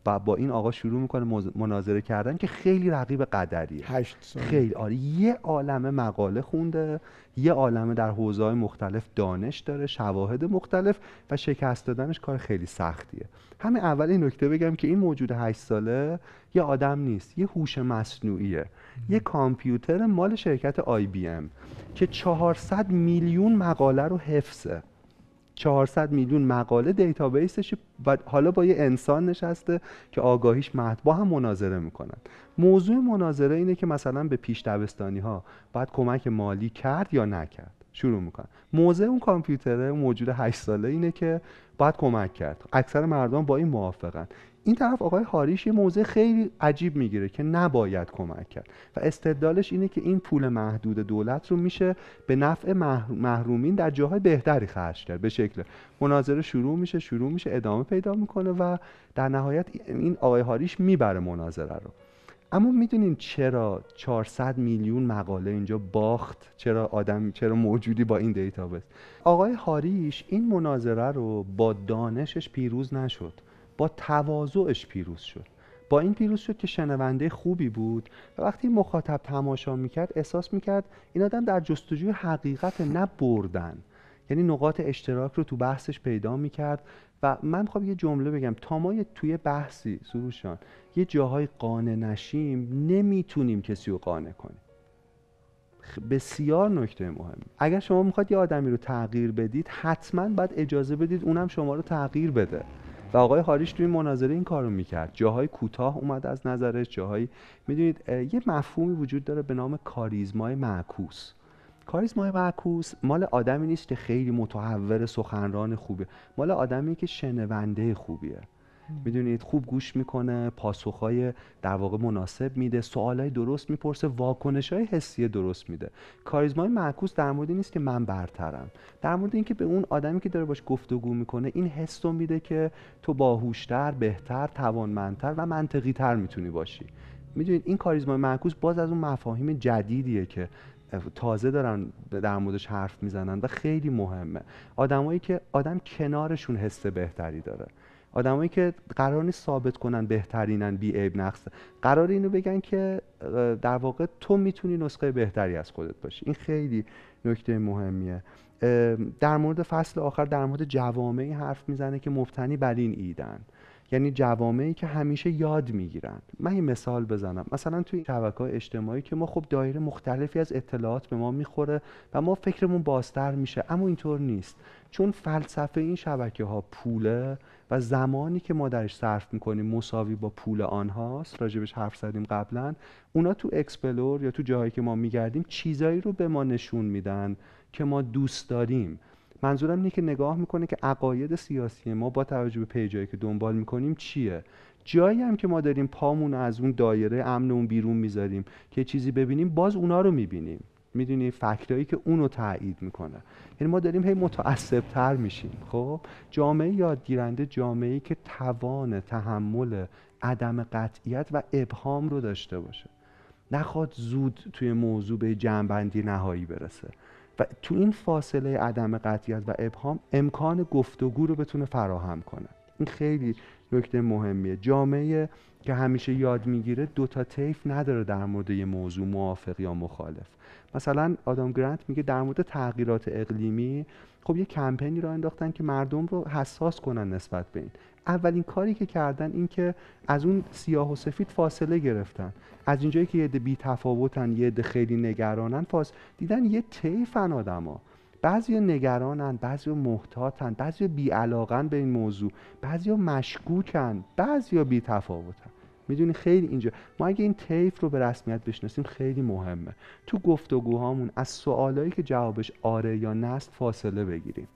با این آقا شروع میکنه مناظره کردن که خیلی رقیب قدریه. 8 سال خیلی آره، یه عالمه مقاله خونده، یه عالمه در حوزه‌های مختلف دانش داره، شواهد مختلف، و شکست دادنش کار خیلی سختیه. همین اول این نکته بگم که این موجود 8 ساله یه آدم نیست، یه هوش مصنوعیه. یه کامپیوتر مال شرکت IBM که 400 میلیون مقاله رو حفظه. 400 میلیون مقاله دیتابیسش، حالا با یه انسان نشسته که آگاهیش با هم مناظره میکنن. موضوع مناظره اینه که مثلا به پیش دبستانی ها باید کمک مالی کرد یا نکرد. شروع میکنن. موضوع اون کامپیوتره موجود 8 ساله اینه که باید کمک کرد. اکثر مردم با این موافقن. این طرف آقای هاریش یه موضوع خیلی عجیب میگیره که نباید کمک کرد و استدلالش اینه که این پول محدود دولت رو میشه به نفع محرومین در جاهای بهتری خرج کرد. به شکل مناظره شروع میشه ادامه پیدا میکنه و در نهایت این آقای هاریش میبره مناظره رو. اما میدونین چرا 400 میلیون مقاله اینجا باخت؟ چرا موجودی با این دیتابیس؟ آقای هاریش این مناظره رو با دانشش پیروز نشد، با تواضعش پیروز شد. با این پیروز شد که شنونده خوبی بود و وقتی مخاطب تماشا میکرد احساس میکرد این آدم در جستجوی حقیقت، نه بردن. یعنی نقاط اشتراک رو تو بحثش پیدا میکرد. و من میخوام یه جمله بگم، تا ما توی بحثی سروشان یه جاهای قانع نشیم نمیتونیم کسی رو قانع کنیم. بسیار نکته مهم. اگر شما میخواد یه آدمی رو تغییر بدید حتما باید اجازه بدید اونم شما رو تغییر بده. و آقای هاریش توی مناظره این کارو میکرد. جاهای کوتاه اومد از نظرش، جاهای میدونید یه مفهومی وجود داره به نام کاریزمای معکوس. کاریزمای معکوس مال آدمی نیست که خیلی متحور سخنران خوبه، مال آدمی که شنونده خوبیه. میدونید خوب گوش میکنه، پاسخهای در واقع مناسب میده، سوالای درست میپرسه، واکنشهای حسی درست میده. کاریزمای معکوس در مورد نیست که من برترم، در مورد اینکه به اون آدمی که داره باش گفتگو میکنه این حس رو میده که تو باهوشتر، بهتر، توانمندتر و منطقی‌تر میتونی باشی. میدونید این کاریزمای معکوس باز از اون مفاهیم جدیدیه که تازه دارن در موردش حرف میزنن و خیلی مهمه. آدمایی که آدم کنارشون حس بهتری داره، آدمایی که قرار نیست ثابت کنن بهترینن، بی عیب نقص، قرار اینو بگن که در واقع تو میتونی نسخه بهتری از خودت باشی. این خیلی نکته مهمیه. در مورد فصل آخر در مورد جوامعی حرف میزنه که مبتنی بر این ایدن، یعنی جوامعی که همیشه یاد میگیرن. من یه مثال بزنم، مثلا توی شبکه‌های اجتماعی که ما خب دایره مختلفی از اطلاعات به ما میخوره و ما فکرمون بازتر میشه، اما اینطور نیست. چون فلسفه این شبکه‌ها پوله و زمانی که ما درش صرف میکنیم مساوی با پول آنهاست، راجبش حرف زدیم قبلا. اونا تو اکسپلور یا تو جاهایی که ما میگردیم چیزایی رو به ما نشون میدن که ما دوست داریم. منظورم اینه که نگاه میکنه که عقاید سیاسی ما با توجه به پیجایی که دنبال میکنیم چیه. جایی هم که ما داریم پامون از اون دایره امنمون بیرون میذاریم که چیزی ببینیم، باز اونا رو میبینیم. میدونی فکتایی که اونو تایید میکنه. یعنی ما داریم هی متعصب‌تر میشیم. خب جامعه یادگیرنده جامعه‌ای که توان تحمل عدم قطعیت و ابهام رو داشته باشه، نخواد زود توی موضوع به جمع‌بندی نهایی برسه و تو این فاصله عدم قطعیت و ابهام امکان گفتگو رو بتونه فراهم کنه. این خیلی نکته مهمیه. جامعه که همیشه یاد میگیره دوتا طیف نداره در مورد یه موضوع موافق یا مخالف. مثلا آدام گرانت میگه در مورد تغییرات اقلیمی خب یه کمپینی رو انداختن که مردم رو حساس کنن نسبت به این. اولین کاری که کردن این که از اون سیاه و سفید فاصله گرفتن. از اینجایی که یه عده بی تفاوتن، یه عده خیلی نگرانن، دیدن یه طیفن آدما. بعضیا نگرانن، بعضیا محتاطن، بعضیا بی‌علاقن به این موضوع، بعضیا مشکوکن، بعضیا بی تفاوتن. میدونی خیلی اینجا ما اگه این طیف رو به رسمیت بشناسیم خیلی مهمه. تو گفتگوهامون از سوالایی که جوابش آره یا نه است فاصله بگیریم.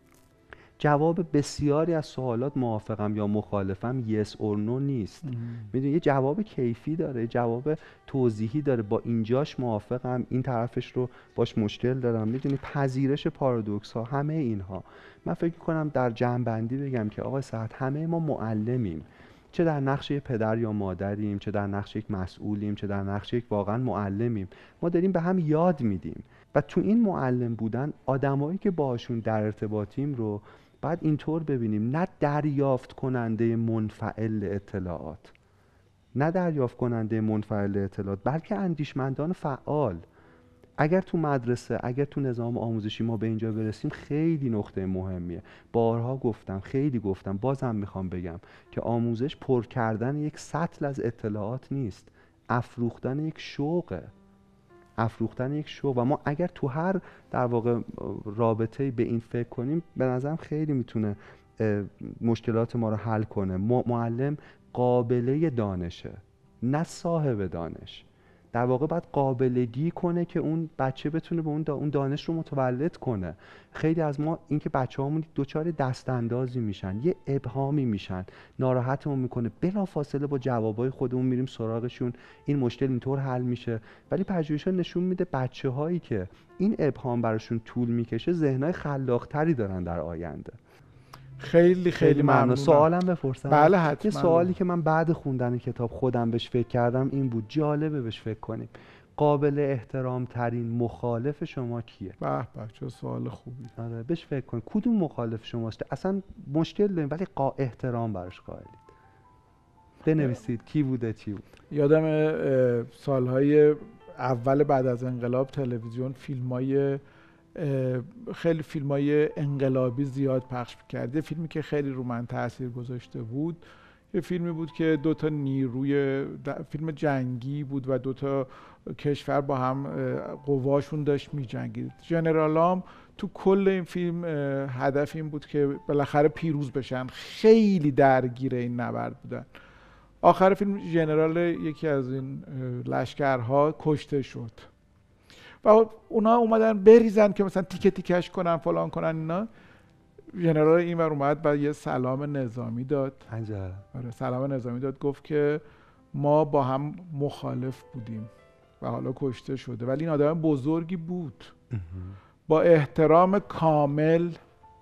جواب بسیاری از سوالات موافقم یا مخالفم yes or no نیست. میدونی یه جواب کیفی داره، جواب توضیحی داره، با اینجاش موافقم، این طرفش رو باش مشکل دارم. میدونی پذیرش پارادوکس ها، همه اینها. من فکر کنم در جمع‌بندی بگم که آقای سعد همه ما معلمیم، چه در نقش یک پدر یا مادریم، چه در نقش یک مسئولیم، چه در نقش یک واقعا معلمیم. ما داریم به هم یاد میدیم و تو این معلم بودن آدمایی که باشون در ارتباطیم رو باید اینطور ببینیم، نه دریافت کننده منفعل اطلاعات، نه دریافت کننده منفعل اطلاعات، بلکه اندیشمندان فعال. اگر تو مدرسه، اگر تو نظام آموزشی ما به اینجا برسیم، خیلی نقطه مهمیه. بارها گفتم، خیلی گفتم، بازم میخوام بگم که آموزش پر کردن یک سطل از اطلاعات نیست، افروختن یک شوقه، افروختن یک شوق. و ما اگر تو هر در واقع رابطه‌ای به این فکر کنیم، به نظرم خیلی میتونه مشکلات ما رو حل کنه. معلم قابله دانشه، نه صاحب دانش. در واقع باید قابلگی کنه که اون بچه بتونه به اون دانش رو متولد کنه. خیلی از ما اینکه بچه‌هامون دچار دستاندازی میشن، یه ابهامی میشن، ناراحتمون میکنه، بلافاصله با جوابای خودمون میریم سراغشون، این مشکل اینطور حل میشه. ولی پژوهش‌ها نشون میده بچه‌هایی که این ابهام براشون طول میکشه، ذهنای خلاق‌تری دارن در آینده. خیلی خیلی ممنونم. سوالم بپرسم؟ بله حتما. یه سوالی که من بعد خوندن کتاب خودم بهش فکر کردم این بود، جالبه بهش فکر کنیم. قابل احترام ترین مخالف شما کیه؟ به به چه سوال خوبی. آره بهش فکر کن، کدوم مخالف شماست اصلا مشکل داریم ولی احترام براش قائلید؟ بنویسید کی بوده چی بود. یادم سالهای اول بعد از انقلاب تلویزیون خیلی فیلمای انقلابی زیاد پخش می‌کرد. یه فیلمی که خیلی رو من تاثیر گذاشته بود، یه فیلمی بود که دوتا نیروی فیلم جنگی بود و دوتا کشور با هم قواشون داشت می‌جنگید. ژنرالام تو کل این فیلم هدف این بود که بالاخره پیروز بشن. خیلی درگیر این نبرد بودن. آخر فیلم ژنرال یکی از این لشکرها کشته شد و اونا اومدن بریزن که مثلا تیکه تیکش کنن فلان کنن اینا. ژنرال این ور اومد و یه سلام نظامی داد. آره سلام نظامی داد، گفت که ما با هم مخالف بودیم و حالا کشته شده، ولی این آدم بزرگی بود، با احترام کامل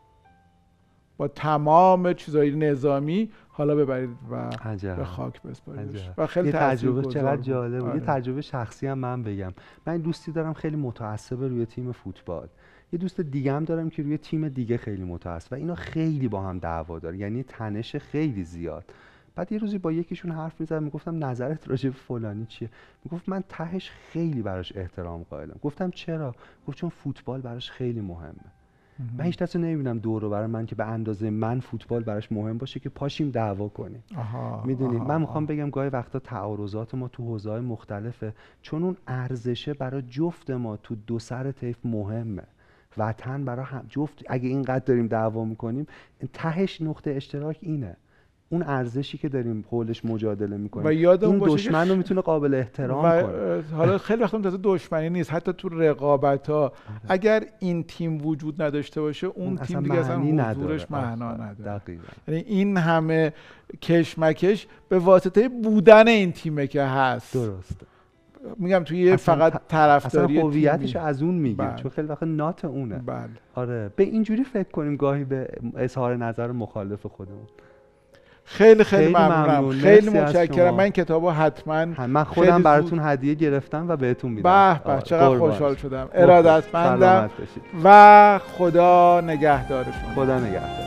با تمام چیزای نظامی حالا ببرید و به خاک بسپاریدش. و خیلی تجربه چقدر جالب بود. یه تجربه شخصی هم من بگم. من دوستی دارم خیلی متعصب روی تیم فوتبال، یه دوست دیگه هم دارم که روی تیم دیگه خیلی متعصب و اینا خیلی با هم دعوا داره، یعنی تنش خیلی زیاد. بعد یه روزی با یکیشون حرف می‌زدم، میگفتم نظرت راجع به فلانی چیه؟ میگفت من تهش خیلی براش احترام قائلم. گفتم چرا؟ گفت چون فوتبال براش خیلی مهمه. من هیچ کسی نمیبینم دور و بر من که به اندازه من فوتبال براش مهم باشه که پاشیم دعوا کنیم. میدونید من میخوام بگم گاهی وقتا تعارضات ما تو حوزه‌های مختلفه، چون اون ارزشه برای جفت ما تو دو سر طیف مهمه. وطن برای جفت اگه اینقدر داریم دعوا میکنیم، تهش نقطه اشتراک اینه، اون ارزشی که داریم حولش مجادله میکنیم. این دشمن رو میتونه قابل احترام کنه. حالا خیلی وقتا تازه دشمنی نیست، حتی تو رقابت‌ها اگر این تیم وجود نداشته باشه اون تیم دیگه اصلا حضورش معنا نداره. یعنی این همه کشمکش به واسطه بودن این تیمه که هست. درسته. میگم توی فقط طرفداری اصلا هویتش از اون میگه، چون خیلی وقت نات اونه. آره به اینجوری فکر کنیم گاهی به اظهار نظر مخالف خودمون. خیل ممنونم. خیلی متشکرم. من کتابو حتما من خودم براتون هدیه گرفتم و بهتون میدم. به چقدر خوشحال شدم. ارادتمندم و خدا نگهدار شما. خدا نگهدار.